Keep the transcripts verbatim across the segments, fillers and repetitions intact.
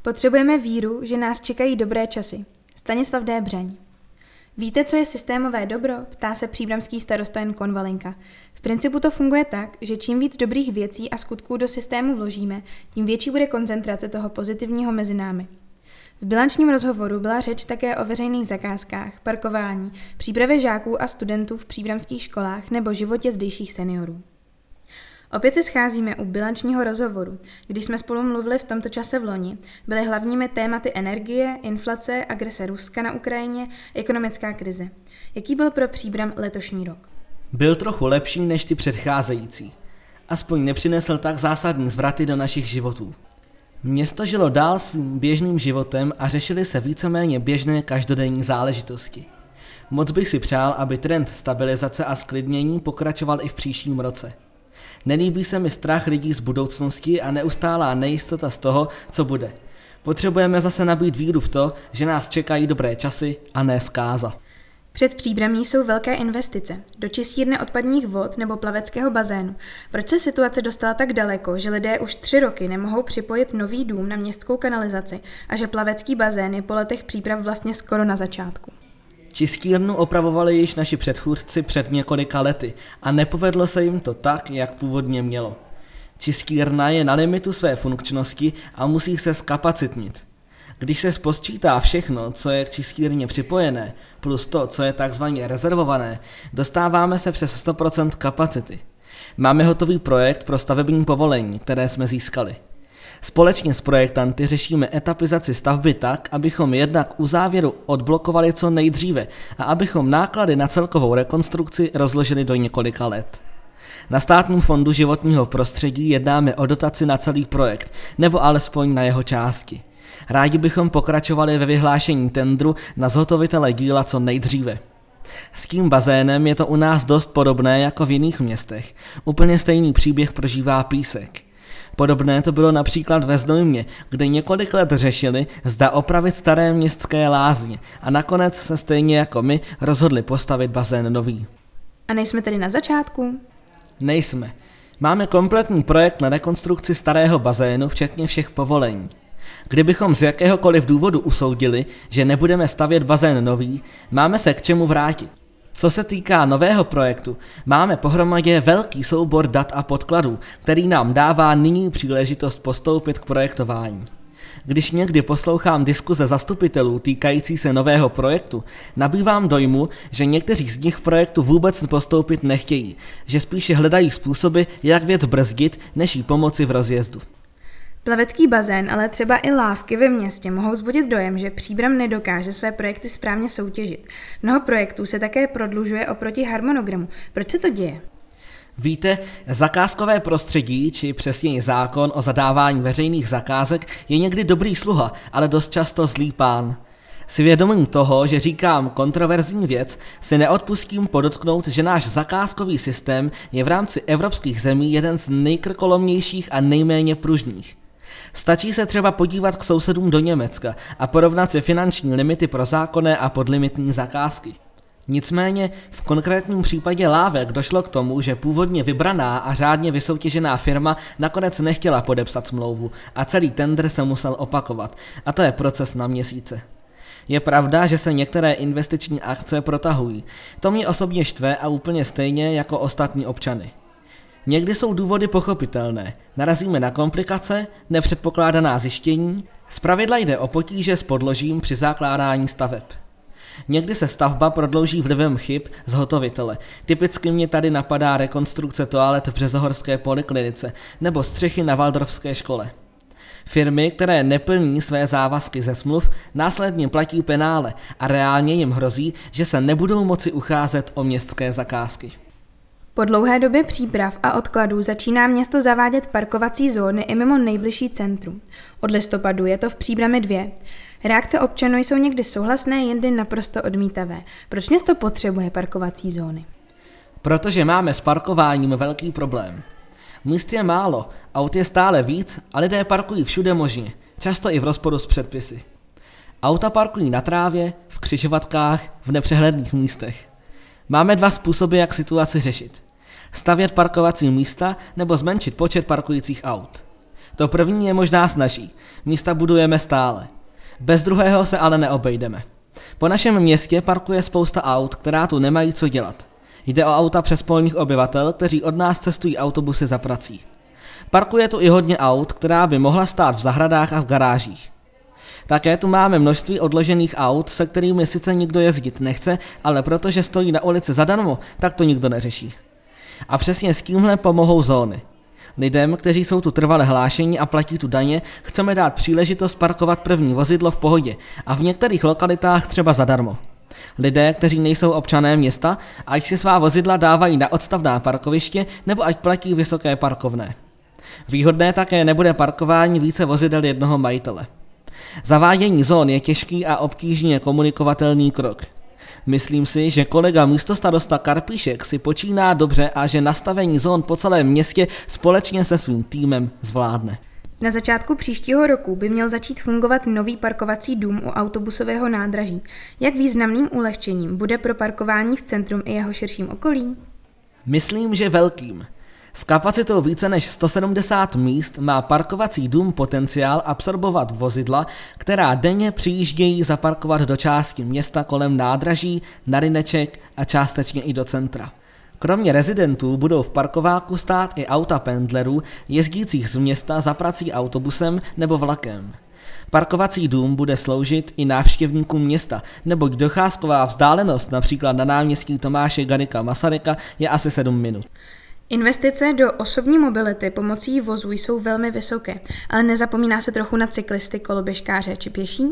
Potřebujeme víru, že nás čekají dobré časy. Stanislav D. Břeň. Víte, co je systémové dobro? Ptá se příbramský starosta Jan Konvalinka. V principu to funguje tak, že čím víc dobrých věcí a skutků do systému vložíme, tím větší bude koncentrace toho pozitivního mezi námi. V bilančním rozhovoru byla řeč také o veřejných zakázkách, parkování, přípravě žáků a studentů v příbramských školách nebo životě zdejších seniorů. Opět se scházíme u bilančního rozhovoru. Když jsme spolu mluvili v tomto čase v loni, byly hlavními tématy energie, inflace, agrese Ruska na Ukrajině, ekonomická krize. Jaký byl pro Příbram letošní rok? Byl trochu lepší než ty předcházející. Aspoň nepřinesl tak zásadní zvraty do našich životů. Město žilo dál svým běžným životem a řešily se víceméně běžné každodenní záležitosti. Moc bych si přál, aby trend stabilizace a sklidnění pokračoval i v příštím roce. Nelíbí se mi strach lidí z budoucnosti a neustálá nejistota z toho, co bude. Potřebujeme zase nabít víru v to, že nás čekají dobré časy a ne zkáza. Před Příbramí jsou velké investice do čistírny odpadních vod nebo plaveckého bazénu. Proč se situace dostala tak daleko, že lidé už tři roky nemohou připojit nový dům na městskou kanalizaci a že plavecký bazén je po letech příprav vlastně skoro na začátku? Čistírnu opravovali již naši předchůdci před několika lety a nepovedlo se jim to tak, jak původně mělo. Čistírna je na limitu své funkčnosti a musí se zkapacitnit. Když se spočítá všechno, co je k čistírně připojené, plus to, co je takzvaně rezervované, dostáváme se přes sto procent kapacity. Máme hotový projekt pro stavební povolení, které jsme získali. Společně s projektanty řešíme etapizaci stavby tak, abychom jednak u závěru odblokovali co nejdříve a abychom náklady na celkovou rekonstrukci rozložili do několika let. Na Státním fondu životního prostředí jednáme o dotaci na celý projekt, nebo alespoň na jeho části. Rádi bychom pokračovali ve vyhlášení tendru na zhotovitele díla co nejdříve. S tím bazénem je to u nás dost podobné jako v jiných městech. Úplně stejný příběh prožívá Písek. Podobné to bylo například ve Znojmě, kde několik let řešili, zda opravit staré městské lázně a nakonec se stejně jako my rozhodli postavit bazén nový. A nejsme tedy na začátku? Nejsme. Máme kompletní projekt na rekonstrukci starého bazénu, včetně všech povolení. Kdybychom z jakéhokoliv důvodu usoudili, že nebudeme stavět bazén nový, máme se k čemu vrátit. Co se týká nového projektu, máme pohromadě velký soubor dat a podkladů, který nám dává nyní příležitost postoupit k projektování. Když někdy poslouchám diskuze zastupitelů týkající se nového projektu, nabývám dojmu, že někteří z nich v projektu vůbec postoupit nechtějí, že spíše hledají způsoby, jak věc brzdit, než jí pomoci v rozjezdu. Plavecký bazén, ale třeba i lávky ve městě mohou vzbudit dojem, že Příbram nedokáže své projekty správně soutěžit. Mnoho projektů se také prodlužuje oproti harmonogramu. Proč se to děje? Víte, zakázkové prostředí, či přesněji zákon o zadávání veřejných zakázek je někdy dobrý sluha, ale dost často zlý pán. Si vědomím toho, že říkám kontroverzní věc, si neodpustím podotknout, že náš zakázkový systém je v rámci evropských zemí jeden z nejkrkolomnějších a nejméně pružných. Stačí se třeba podívat k sousedům do Německa a porovnat si finanční limity pro zákonné a podlimitní zakázky. Nicméně v konkrétním případě lávek došlo k tomu, že původně vybraná a řádně vysoutěžená firma nakonec nechtěla podepsat smlouvu a celý tendr se musel opakovat, a to je proces na měsíce. Je pravda, že se některé investiční akce protahují. To mě osobně štve a úplně stejně jako ostatní občany. Někdy jsou důvody pochopitelné, narazíme na komplikace, nepředpokládaná zjištění, zpravidla jde o potíže s podložím při zakládání staveb. Někdy se stavba prodlouží vlivem chyb zhotovitele, typicky mě tady napadá rekonstrukce toalet v Březohorské poliklinice nebo střechy na Waldorfské škole. Firmy, které neplní své závazky ze smluv, následně platí penále a reálně jim hrozí, že se nebudou moci ucházet o městské zakázky. Po dlouhé době příprav a odkladů začíná město zavádět parkovací zóny i mimo nejbližší centrum. Od listopadu je to v Příbrami dvě. Reakce občanů jsou někdy souhlasné, jindy naprosto odmítavé. Proč město potřebuje parkovací zóny? Protože máme s parkováním velký problém. Míst je málo, aut je stále víc a lidé parkují všude možně, často i v rozporu s předpisy. Auta parkují na trávě, v křižovatkách, v nepřehledných místech. Máme dva způsoby, jak situaci řešit. Stavět parkovací místa nebo zmenšit počet parkujících aut. To první je možná snazší. Místa budujeme stále. Bez druhého se ale neobejdeme. Po našem městě parkuje spousta aut, která tu nemají co dělat. Jde o auta přespolních obyvatel, kteří od nás cestují autobusy za prací. Parkuje tu i hodně aut, která by mohla stát v zahradách a v garážích. Také tu máme množství odložených aut, se kterými sice nikdo jezdit nechce, ale protože stojí na ulici zadarmo, tak to nikdo neřeší. A přesně s tímhle pomohou zóny. Lidem, kteří jsou tu trvale hlášení a platí tu daně, chceme dát příležitost parkovat první vozidlo v pohodě a v některých lokalitách třeba zadarmo. Lidé, kteří nejsou občané města, ať si svá vozidla dávají na odstavná parkoviště nebo ať platí vysoké parkovné. Výhodné také nebude parkování více vozidel jednoho majitele. Zavádění zón je těžký a obtížně komunikovatelný krok. Myslím si, že kolega místostarosta Karpíšek si počíná dobře a že nastavení zón po celém městě společně se svým týmem zvládne. Na začátku příštího roku by měl začít fungovat nový parkovací dům u autobusového nádraží. Jak významným ulehčením bude pro parkování v centrum i jeho širším okolí? Myslím, že velkým. S kapacitou více než sto sedmdesát míst má parkovací dům potenciál absorbovat vozidla, která denně přijíždějí zaparkovat do části města kolem nádraží, na Ryneček a částečně i do centra. Kromě rezidentů budou v parkováku stát i auta pendlerů jezdících z města za prací autobusem nebo vlakem. Parkovací dům bude sloužit i návštěvníkům města, neboť docházková vzdálenost například na náměstí Tomáše Garrigua Masaryka je asi sedm minut. Investice do osobní mobility pomocí vozů jsou velmi vysoké, ale nezapomíná se trochu na cyklisty, koloběžkáře či pěší?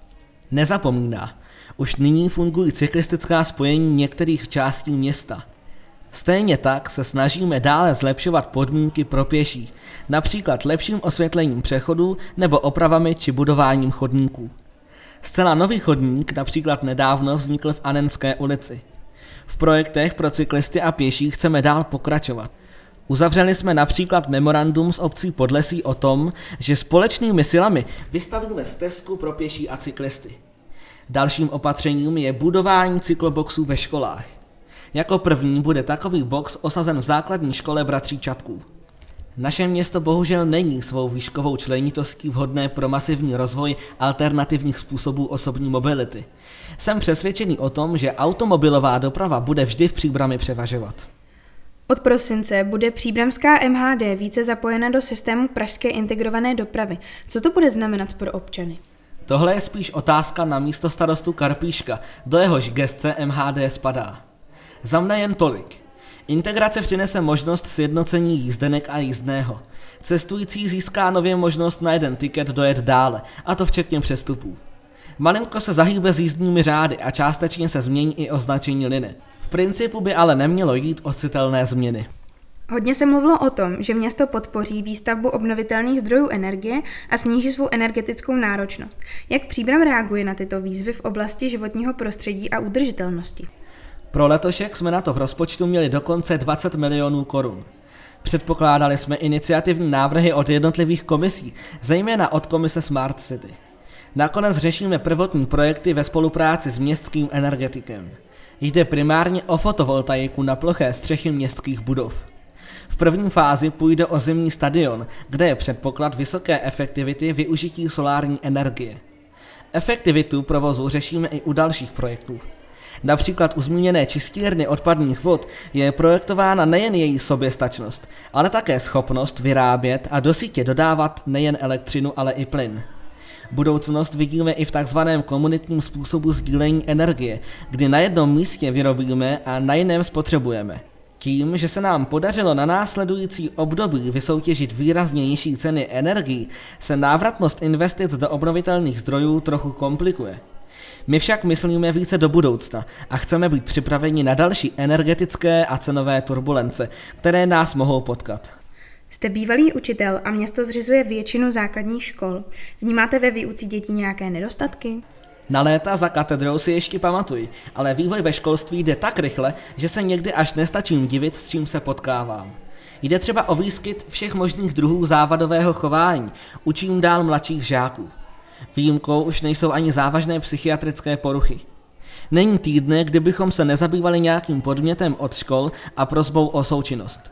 Nezapomíná. Už nyní fungují cyklistická spojení některých částí města. Stejně tak se snažíme dále zlepšovat podmínky pro pěší, například lepším osvětlením přechodů nebo opravami či budováním chodníků. Zcela nový chodník například nedávno vznikl v Anenské ulici. V projektech pro cyklisty a pěší chceme dál pokračovat. Uzavřeli jsme například memorandum s obcí Podlesí o tom, že společnými silami vystavíme stezku pro pěší a cyklisty. Dalším opatřením je budování cykloboxů ve školách. Jako první bude takový box osazen v základní škole Bratří Čapků. Naše město bohužel není svou výškovou členitostí vhodné pro masivní rozvoj alternativních způsobů osobní mobility. Jsem přesvědčený o tom, že automobilová doprava bude vždy v Příbrami převažovat. Od prosince bude příbramská M H D více zapojena do systému pražské integrované dopravy. Co to bude znamenat pro občany? Tohle je spíš otázka na místostarostu Karpíška, do jehož gesce M H D spadá. Za mne jen tolik. Integrace přinese možnost sjednocení jízdenek a jízdného. Cestující získá nově možnost na jeden tiket dojet dále, a to včetně přestupů. Malinko se zahýbe s jízdními řády a částečně se změní i označení linek. V principu by ale nemělo jít o citelné změny. Hodně se mluvilo o tom, že město podpoří výstavbu obnovitelných zdrojů energie a sníží svou energetickou náročnost. Jak Příbram reaguje na tyto výzvy v oblasti životního prostředí a udržitelnosti? Pro letošek jsme na to v rozpočtu měli dokonce dvacet milionů korun. Předpokládali jsme iniciativní návrhy od jednotlivých komisí, zejména od komise Smart City. Nakonec řešíme prvotní projekty ve spolupráci s městským energetikem. Jde primárně o fotovoltaiku na ploché střechy městských budov. V první fázi půjde o zimní stadion, kde je předpoklad vysoké efektivity využití solární energie. Efektivitu provozu řešíme i u dalších projektů. Například u zmíněné čistírny odpadních vod je projektována nejen její soběstačnost, ale také schopnost vyrábět a do sítě dodávat nejen elektřinu, ale i plyn. Budoucnost vidíme i v takzvaném komunitním způsobu sdílení energie, kdy na jednom místě vyrobíme a na jiném spotřebujeme. Tím, že se nám podařilo na následující období vysoutěžit výrazně nižší ceny energií, se návratnost investic do obnovitelných zdrojů trochu komplikuje. My však myslíme více do budoucna a chceme být připraveni na další energetické a cenové turbulence, které nás mohou potkat. Jste bývalý učitel a město zřizuje většinu základních škol. Vnímáte ve výuce dětí nějaké nedostatky? Na léta za katedrou si ještě pamatuji, ale vývoj ve školství jde tak rychle, že se někdy až nestačím divit, s čím se potkávám. Jde třeba o výskyt všech možných druhů závadového chování u čím dál mladších žáků. Výjimkou už nejsou ani závažné psychiatrické poruchy. Není týdne, kdybychom se nezabývali nějakým podmětem od škol a prosbou o součinnost.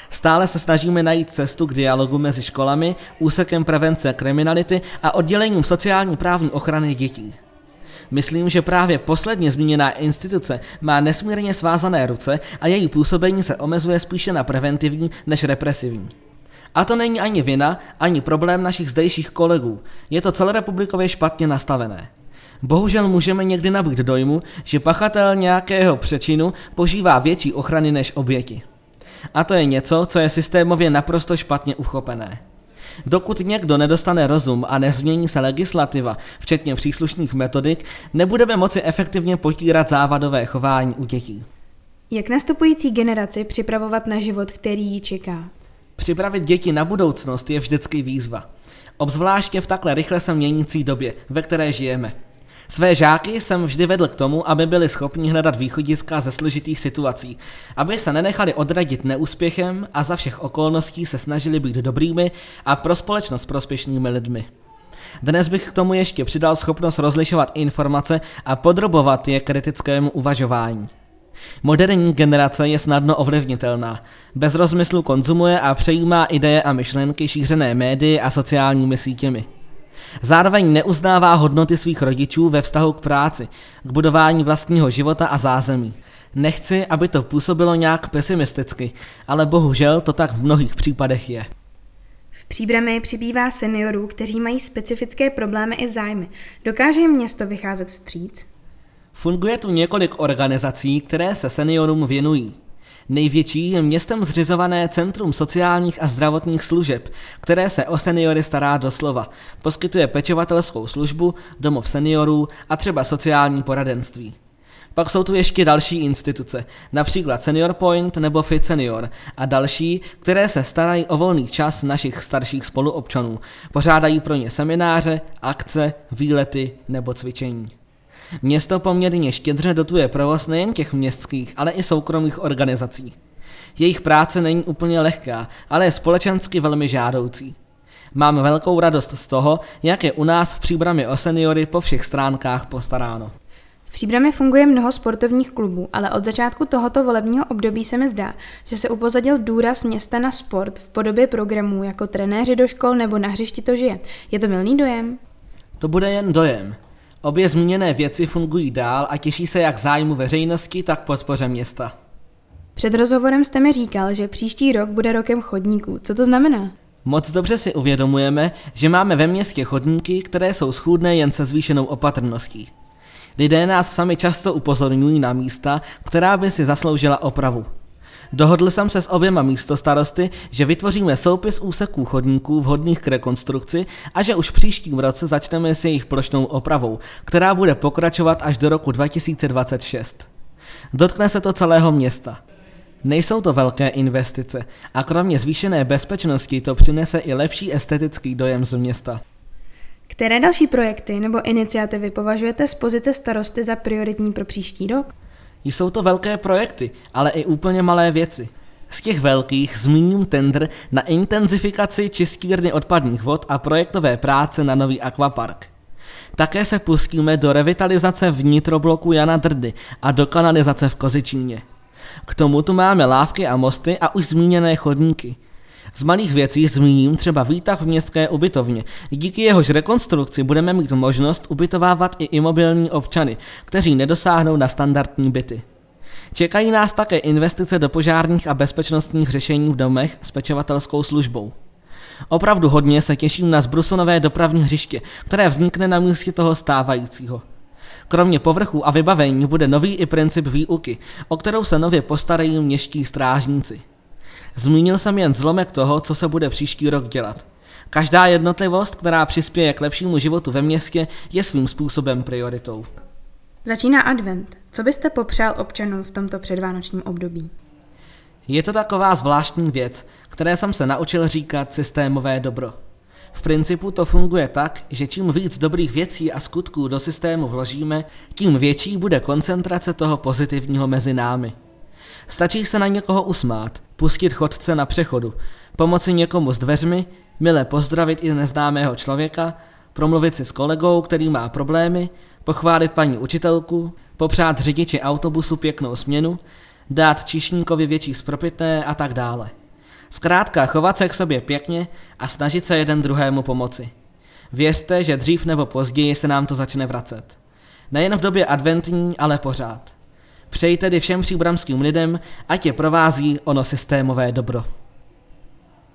Stále se snažíme najít cestu k dialogu mezi školami, úsekem prevence kriminality a oddělením sociální právní ochrany dětí. Myslím, že právě posledně zmíněná instituce má nesmírně svázané ruce a její působení se omezuje spíše na preventivní než represivní. A to není ani vina, ani problém našich zdejších kolegů, je to celorepublikově špatně nastavené. Bohužel můžeme někdy nabýt dojmu, že pachatel nějakého přečinu požívá větší ochrany než oběti. A to je něco, co je systémově naprosto špatně uchopené. Dokud někdo nedostane rozum a nezmění se legislativa, včetně příslušných metodik, nebudeme moci efektivně potírat závadové chování u dětí. Jak nastupující generaci připravovat na život, který ji čeká? Připravit děti na budoucnost je vždycky výzva. Obzvláště v takhle rychle se měnící době, ve které žijeme. Své žáky jsem vždy vedl k tomu, aby byli schopni hledat východiska ze složitých situací, aby se nenechali odradit neúspěchem a za všech okolností se snažili být dobrými a pro společnost prospěšnými lidmi. Dnes bych k tomu ještě přidal schopnost rozlišovat informace a podrobovat je kritickému uvažování. Moderní generace je snadno ovlivnitelná, bez rozmyslu konzumuje a přejímá ideje a myšlenky šířené médii a sociálními sítěmi. Zároveň neuznává hodnoty svých rodičů ve vztahu k práci, k budování vlastního života a zázemí. Nechci, aby to působilo nějak pesimisticky, ale bohužel to tak v mnohých případech je. V Příbrami přibývá seniorů, kteří mají specifické problémy i zájmy. Dokáže jim město vycházet vstříc? Funguje tu několik organizací, které se seniorům věnují. Největší je městem zřizované Centrum sociálních a zdravotních služeb, které se o seniory stará doslova, poskytuje pečovatelskou službu, domov seniorů a třeba sociální poradenství. Pak jsou tu ještě další instituce, například Senior Point nebo Fit Senior a další, které se starají o volný čas našich starších spoluobčanů, pořádají pro ně semináře, akce, výlety nebo cvičení. Město poměrně štědře dotuje provoz nejen těch městských, ale i soukromých organizací. Jejich práce není úplně lehká, ale je společensky velmi žádoucí. Mám velkou radost z toho, jak je u nás v Příbrami o seniory po všech stránkách postaráno. V Příbrami funguje mnoho sportovních klubů, ale od začátku tohoto volebního období se mi zdá, že se upozadil důraz města na sport v podobě programů jako trenéři do škol nebo na hřišti to žije. Je to mylný dojem? To bude jen dojem. Obě zmíněné věci fungují dál a těší se jak zájmu veřejnosti, tak podpoře města. Před rozhovorem jste mi říkal, že příští rok bude rokem chodníků. Co to znamená? Moc dobře si uvědomujeme, že máme ve městě chodníky, které jsou schůdné jen se zvýšenou opatrností. Lidé nás sami často upozorňují na místa, která by si zasloužila opravu. Dohodl jsem se s oběma místostarosty, že vytvoříme soupis úseků chodníků vhodných k rekonstrukci a že už v příštím roce začneme s jejich plošnou opravou, která bude pokračovat až do roku dva tisíce dvacet šest. Dotkne se to celého města. Nejsou to velké investice a kromě zvýšené bezpečnosti to přinese i lepší estetický dojem z města. Které další projekty nebo iniciativy považujete z pozice starosty za prioritní pro příští rok? Jsou to velké projekty, ale i úplně malé věci. Z těch velkých zmíním tendr na intenzifikaci čistírny odpadních vod a projektové práce na nový akvapark. Také se pustíme do revitalizace vnitrobloku Jana Drdy a do kanalizace v Kozičíně. K tomu tu máme lávky a mosty a už zmíněné chodníky. Z malých věcí zmíním třeba výtah v městské ubytovně. Díky jehož rekonstrukci budeme mít možnost ubytovávat i imobilní občany, kteří nedosáhnou na standardní byty. Čekají nás také investice do požárních a bezpečnostních řešení v domech s pečovatelskou službou. Opravdu hodně se těším na zbrusunové dopravní hřiště, které vznikne na místě toho stávajícího. Kromě povrchu a vybavení bude nový i princip výuky, o kterou se nově postarají městští strážníci. Zmínil jsem jen zlomek toho, co se bude příští rok dělat. Každá jednotlivost, která přispěje k lepšímu životu ve městě, je svým způsobem prioritou. Začíná advent. Co byste popřál občanům v tomto předvánočním období? Je to taková zvláštní věc, které jsem se naučil říkat systémové dobro. V principu to funguje tak, že čím víc dobrých věcí a skutků do systému vložíme, tím větší bude koncentrace toho pozitivního mezi námi. Stačí se na někoho usmát, pustit chodce na přechodu, pomoci někomu s dveřmi, mile pozdravit i neznámého člověka, promluvit si s kolegou, který má problémy, pochválit paní učitelku, popřát řidiči autobusu pěknou směnu, dát číšníkovi větší spropitné a tak dále. Zkrátka chovat se k sobě pěkně a snažit se jeden druhému pomoci. Věřte, že dřív nebo později se nám to začne vracet. Nejen v době adventní, ale pořád. Přeji tedy všem příbramským lidem, ať je provází ono systémové dobro.